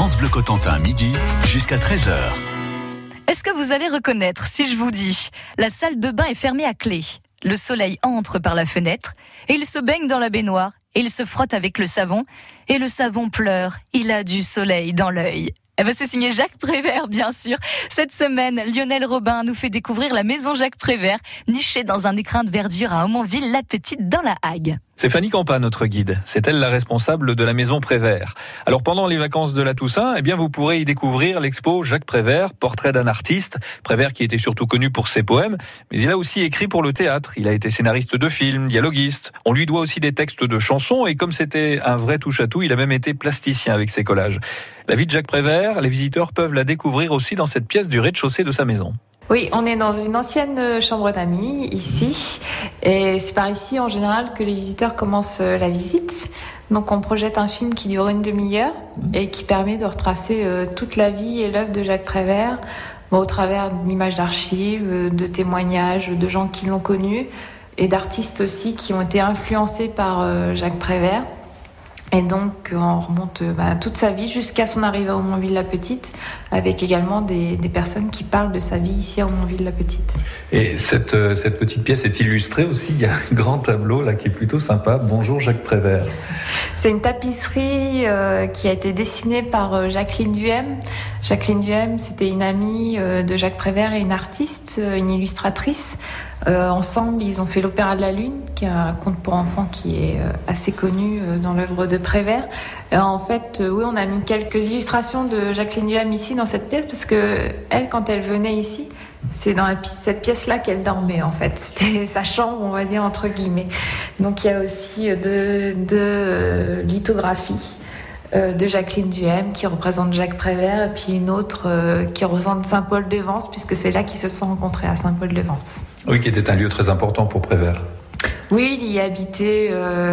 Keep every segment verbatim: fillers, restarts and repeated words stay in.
France Bleu Cotentin, midi jusqu'à treize heures. Est-ce que vous allez reconnaître si je vous dis la salle de bain est fermée à clé. Le soleil entre par la fenêtre et il se baigne dans la baignoire et il se frotte avec le savon et le savon pleure. Il a du soleil dans l'œil. Eh ben, c'est signé Jacques Prévert, bien sûr. Cette semaine, Lionel Robin nous fait découvrir la maison Jacques Prévert, nichée dans un écrin de verdure à Aumonville-la-Petite dans la Hague. C'est Fanny Campa, notre guide. C'est elle la responsable de la maison Prévert. Alors pendant les vacances de la Toussaint, eh bien vous pourrez y découvrir l'expo Jacques Prévert, portrait d'un artiste. Prévert qui était surtout connu pour ses poèmes, mais il a aussi écrit pour le théâtre. Il a été scénariste de films, dialoguiste. On lui doit aussi des textes de chansons et comme c'était un vrai touche-à-tout, il a même été plasticien avec ses collages. La vie de Jacques Prévert, les visiteurs peuvent la découvrir aussi dans cette pièce du rez-de-chaussée de sa maison. Oui, on est dans une ancienne chambre d'amis, ici. Et c'est par ici, en général, que les visiteurs commencent la visite. Donc on projette un film qui dure une demi-heure et qui permet de retracer toute la vie et l'œuvre de Jacques Prévert, au travers d'images d'archives, de témoignages, de gens qui l'ont connu et d'artistes aussi qui ont été influencés par Jacques Prévert. Et donc, on remonte bah, toute sa vie jusqu'à son arrivée à Aumonville-la-Petite, avec également des, des personnes qui parlent de sa vie ici à Aumonville-la-Petite. Et cette, euh, cette petite pièce est illustrée aussi. Il y a un grand tableau là qui est plutôt sympa. Bonjour Jacques Prévert. C'est une tapisserie euh, qui a été dessinée par euh, Jacqueline Duhem. Jacqueline Duhem, c'était une amie euh, de Jacques Prévert et une artiste, euh, une illustratrice. Euh, ensemble, ils ont fait l'Opéra de la Lune, qui est un conte pour enfants qui est euh, assez connu euh, dans l'œuvre de Prévert. Euh, en fait, euh, oui, on a mis quelques illustrations de Jacqueline Duhem ici dans cette pièce, parce que elle, quand elle venait ici, c'est dans la, cette pièce-là qu'elle dormait, en fait. C'était sa chambre, on va dire, entre guillemets. Donc, il y a aussi euh, deux de, euh, lithographies de Jacqueline Duhem qui représente Jacques Prévert et puis une autre euh, qui représente Saint-Paul-de-Vence puisque c'est là qu'ils se sont rencontrés, à Saint-Paul-de-Vence. Oui, qui était un lieu très important pour Prévert. Oui, il y habitait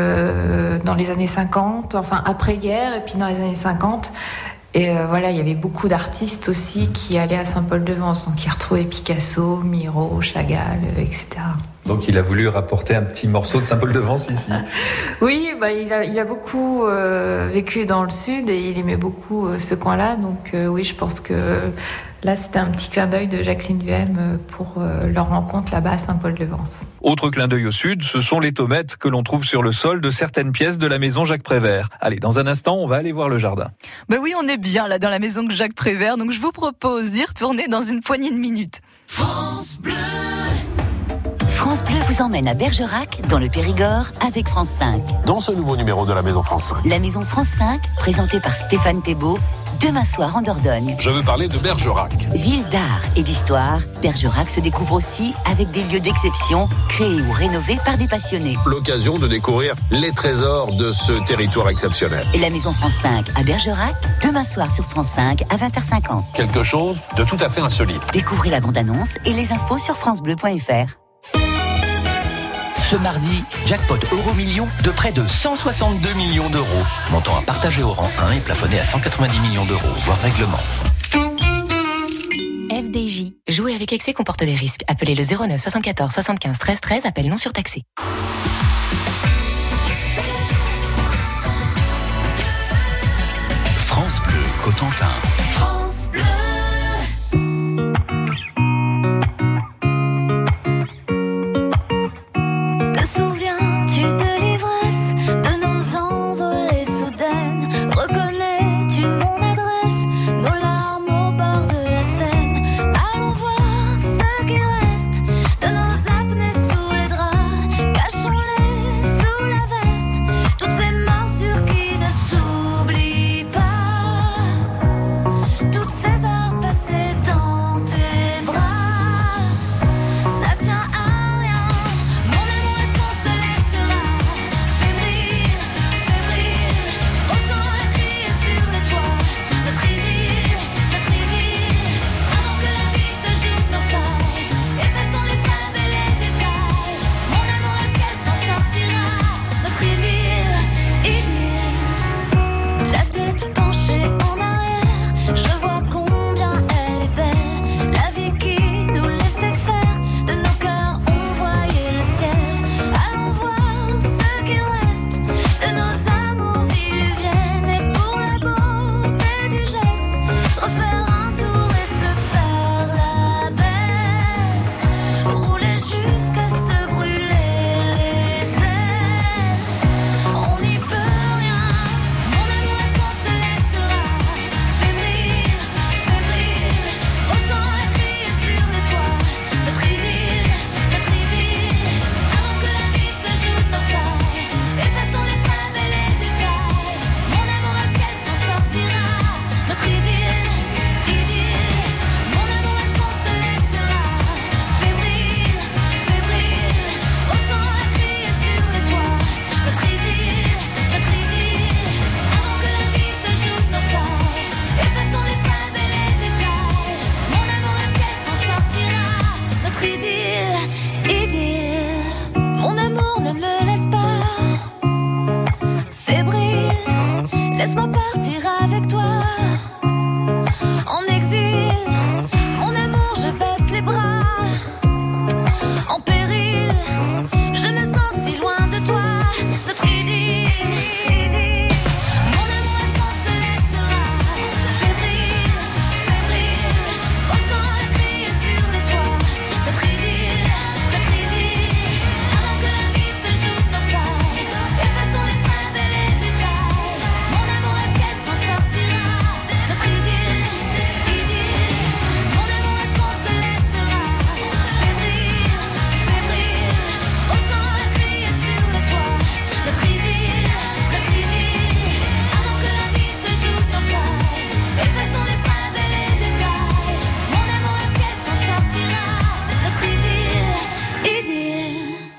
euh, dans les années cinquante, enfin après-guerre et puis dans les années cinquante. Et euh, voilà, il y avait beaucoup d'artistes aussi qui allaient à Saint-Paul-de-Vence, donc ils retrouvaient Picasso, Miro, Chagall, euh, et cetera. Donc il a voulu rapporter un petit morceau de Saint-Paul-de-Vence ici. Oui, bah, il, a, il a beaucoup euh, vécu dans le sud et il aimait beaucoup euh, ce coin-là. Donc euh, oui, je pense que là, c'était un petit clin d'œil de Jacqueline Duhem pour euh, leur rencontre là-bas à Saint-Paul-de-Vence. Autre clin d'œil au sud, ce sont les tomates que l'on trouve sur le sol de certaines pièces de la maison Jacques Prévert. Allez, dans un instant, on va aller voir le jardin. Ben oui, on est bien là dans la maison de Jacques Prévert, donc je vous propose d'y retourner dans une poignée de minutes. France Bleu. France Bleu vous emmène à Bergerac, dans le Périgord, avec France cinq. Dans ce nouveau numéro de la Maison France cinq. La Maison France cinq, présentée par Stéphane Thébault, demain soir en Dordogne. Je veux parler de Bergerac. Ville d'art et d'histoire, Bergerac se découvre aussi avec des lieux d'exception, créés ou rénovés par des passionnés. L'occasion de découvrir les trésors de ce territoire exceptionnel. Et la Maison France cinq à Bergerac, demain soir sur France cinq à vingt heures cinquante. Quelque chose de tout à fait insolite. Découvrez la bande-annonce et les infos sur francebleu point fr. Ce mardi, jackpot Euro-Million de près de cent soixante-deux millions d'euros. Montant à partager au rang un et plafonné à cent quatre-vingt-dix millions d'euros, voire règlement. F D J. Jouer avec excès comporte des risques. Appelez le zéro neuf soixante-quatorze soixante-quinze treize treize, appel non surtaxé. France Bleu Cotentin. France Bleu. Toutes ces morsures qui ne s'oublient pas.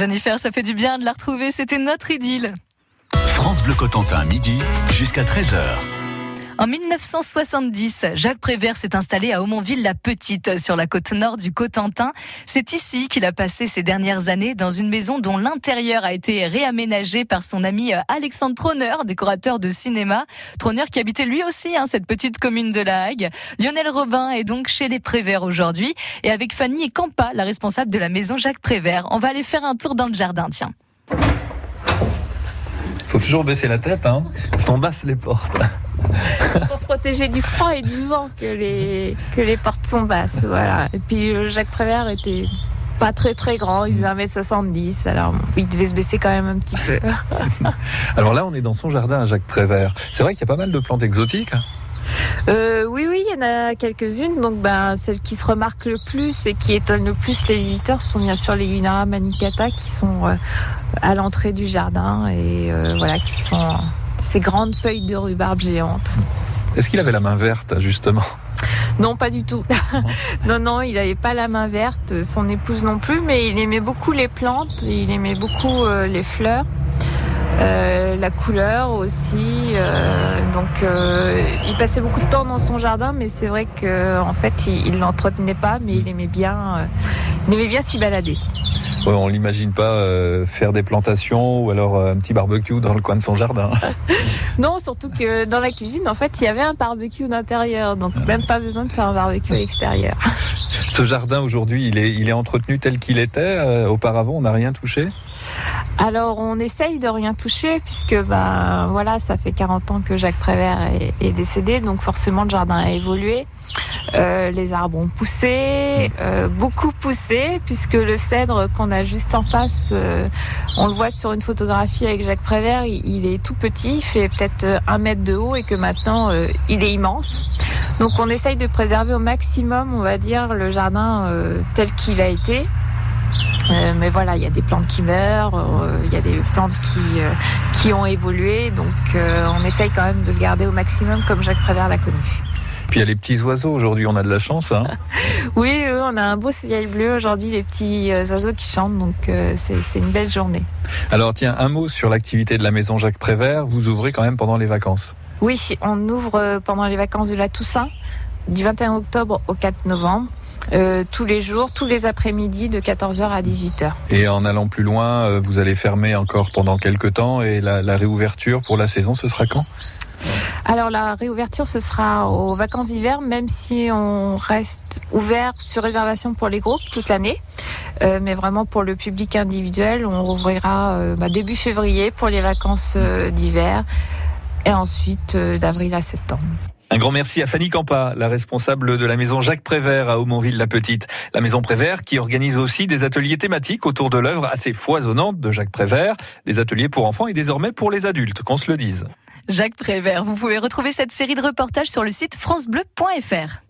Jennifer, ça fait du bien de la retrouver, c'était notre idylle. France Bleu Cotentin, midi jusqu'à treize heures. En mille neuf cent soixante-dix, Jacques Prévert s'est installé à Aumonville-la-Petite, sur la côte nord du Cotentin. C'est ici qu'il a passé ses dernières années, dans une maison dont l'intérieur a été réaménagé par son ami Alexandre Tronner, décorateur de cinéma. Tronner qui habitait lui aussi hein, cette petite commune de La Hague. Lionel Robin est donc chez les Prévert aujourd'hui, et avec Fanny Campa, la responsable de la maison Jacques Prévert. On va aller faire un tour dans le jardin, tiens. Faut toujours baisser la tête, hein. Elles sont basses les portes. Pour se protéger du froid et du vent que les, que les portes sont basses. Voilà. Et puis Jacques Prévert était pas très très grand, il faisait un mètre soixante-dix, alors il devait se baisser quand même un petit peu. Alors là, on est dans son jardin à Jacques Prévert. C'est vrai qu'il y a pas mal de plantes exotiques. Euh, oui, oui, il y en a quelques-unes. Donc, ben, celles qui se remarquent le plus et qui étonnent le plus les visiteurs sont bien sûr les Gunara manicata qui sont euh, à l'entrée du jardin et euh, voilà, qui sont euh, ces grandes feuilles de rhubarbe géantes. Est-ce qu'il avait la main verte, justement ? Non, pas du tout. non, non, il n'avait pas la main verte, son épouse non plus, mais il aimait beaucoup les plantes, il aimait beaucoup euh, les fleurs. Euh, la couleur aussi, euh, donc euh, il passait beaucoup de temps dans son jardin, mais c'est vrai qu'en fait il, il l'entretenait pas, mais il aimait bien, euh, il aimait bien s'y balader. Ouais, on l'imagine pas euh, faire des plantations ou alors euh, un petit barbecue dans le coin de son jardin. Non, surtout que dans la cuisine, en fait, il y avait un barbecue d'intérieur, donc même pas besoin de faire un barbecue à l'extérieur. Ce jardin aujourd'hui, il est, il est entretenu tel qu'il était. Euh, auparavant, on n'a rien touché. Alors, on essaye de rien toucher puisque, ben, voilà, ça fait quarante ans que Jacques Prévert est, est décédé, donc forcément le jardin a évolué. Euh, les arbres ont poussé, euh, beaucoup poussé, puisque le cèdre qu'on a juste en face, euh, on le voit sur une photographie avec Jacques Prévert, il, il est tout petit, il fait peut-être un mètre de haut et que maintenant euh, il est immense. Donc on essaye de préserver au maximum, on va dire, le jardin euh, tel qu'il a été. Euh, mais voilà, il y a des plantes qui meurent, euh, il y a des plantes qui, euh, qui ont évolué, donc euh, on essaye quand même de le garder au maximum comme Jacques Prévert l'a connu. Puis il y a les petits oiseaux, aujourd'hui on a de la chance. Hein. Oui, euh, on a un beau ciel bleu aujourd'hui, les petits euh, oiseaux qui chantent, donc euh, c'est, c'est une belle journée. Alors tiens, un mot sur l'activité de la maison Jacques Prévert, vous ouvrez quand même pendant les vacances. Oui, on ouvre pendant les vacances de la Toussaint, du vingt et un octobre au quatre novembre. Euh, tous les jours, tous les après-midi de quatorze heures à dix-huit heures. Et en allant plus loin, euh, vous allez fermer encore pendant quelques temps et la, la réouverture pour la saison, ce sera quand ? Alors la réouverture, ce sera aux vacances d'hiver, même si on reste ouvert sur réservation pour les groupes toute l'année. Euh, mais vraiment pour le public individuel, on rouvrira euh, bah, début février pour les vacances euh, d'hiver et ensuite euh, d'avril à septembre. Un grand merci à Fanny Campa, la responsable de la maison Jacques Prévert à Aumonville-la-Petite. La maison Prévert qui organise aussi des ateliers thématiques autour de l'œuvre assez foisonnante de Jacques Prévert. Des ateliers pour enfants et désormais pour les adultes, qu'on se le dise. Jacques Prévert, vous pouvez retrouver cette série de reportages sur le site francebleu point fr.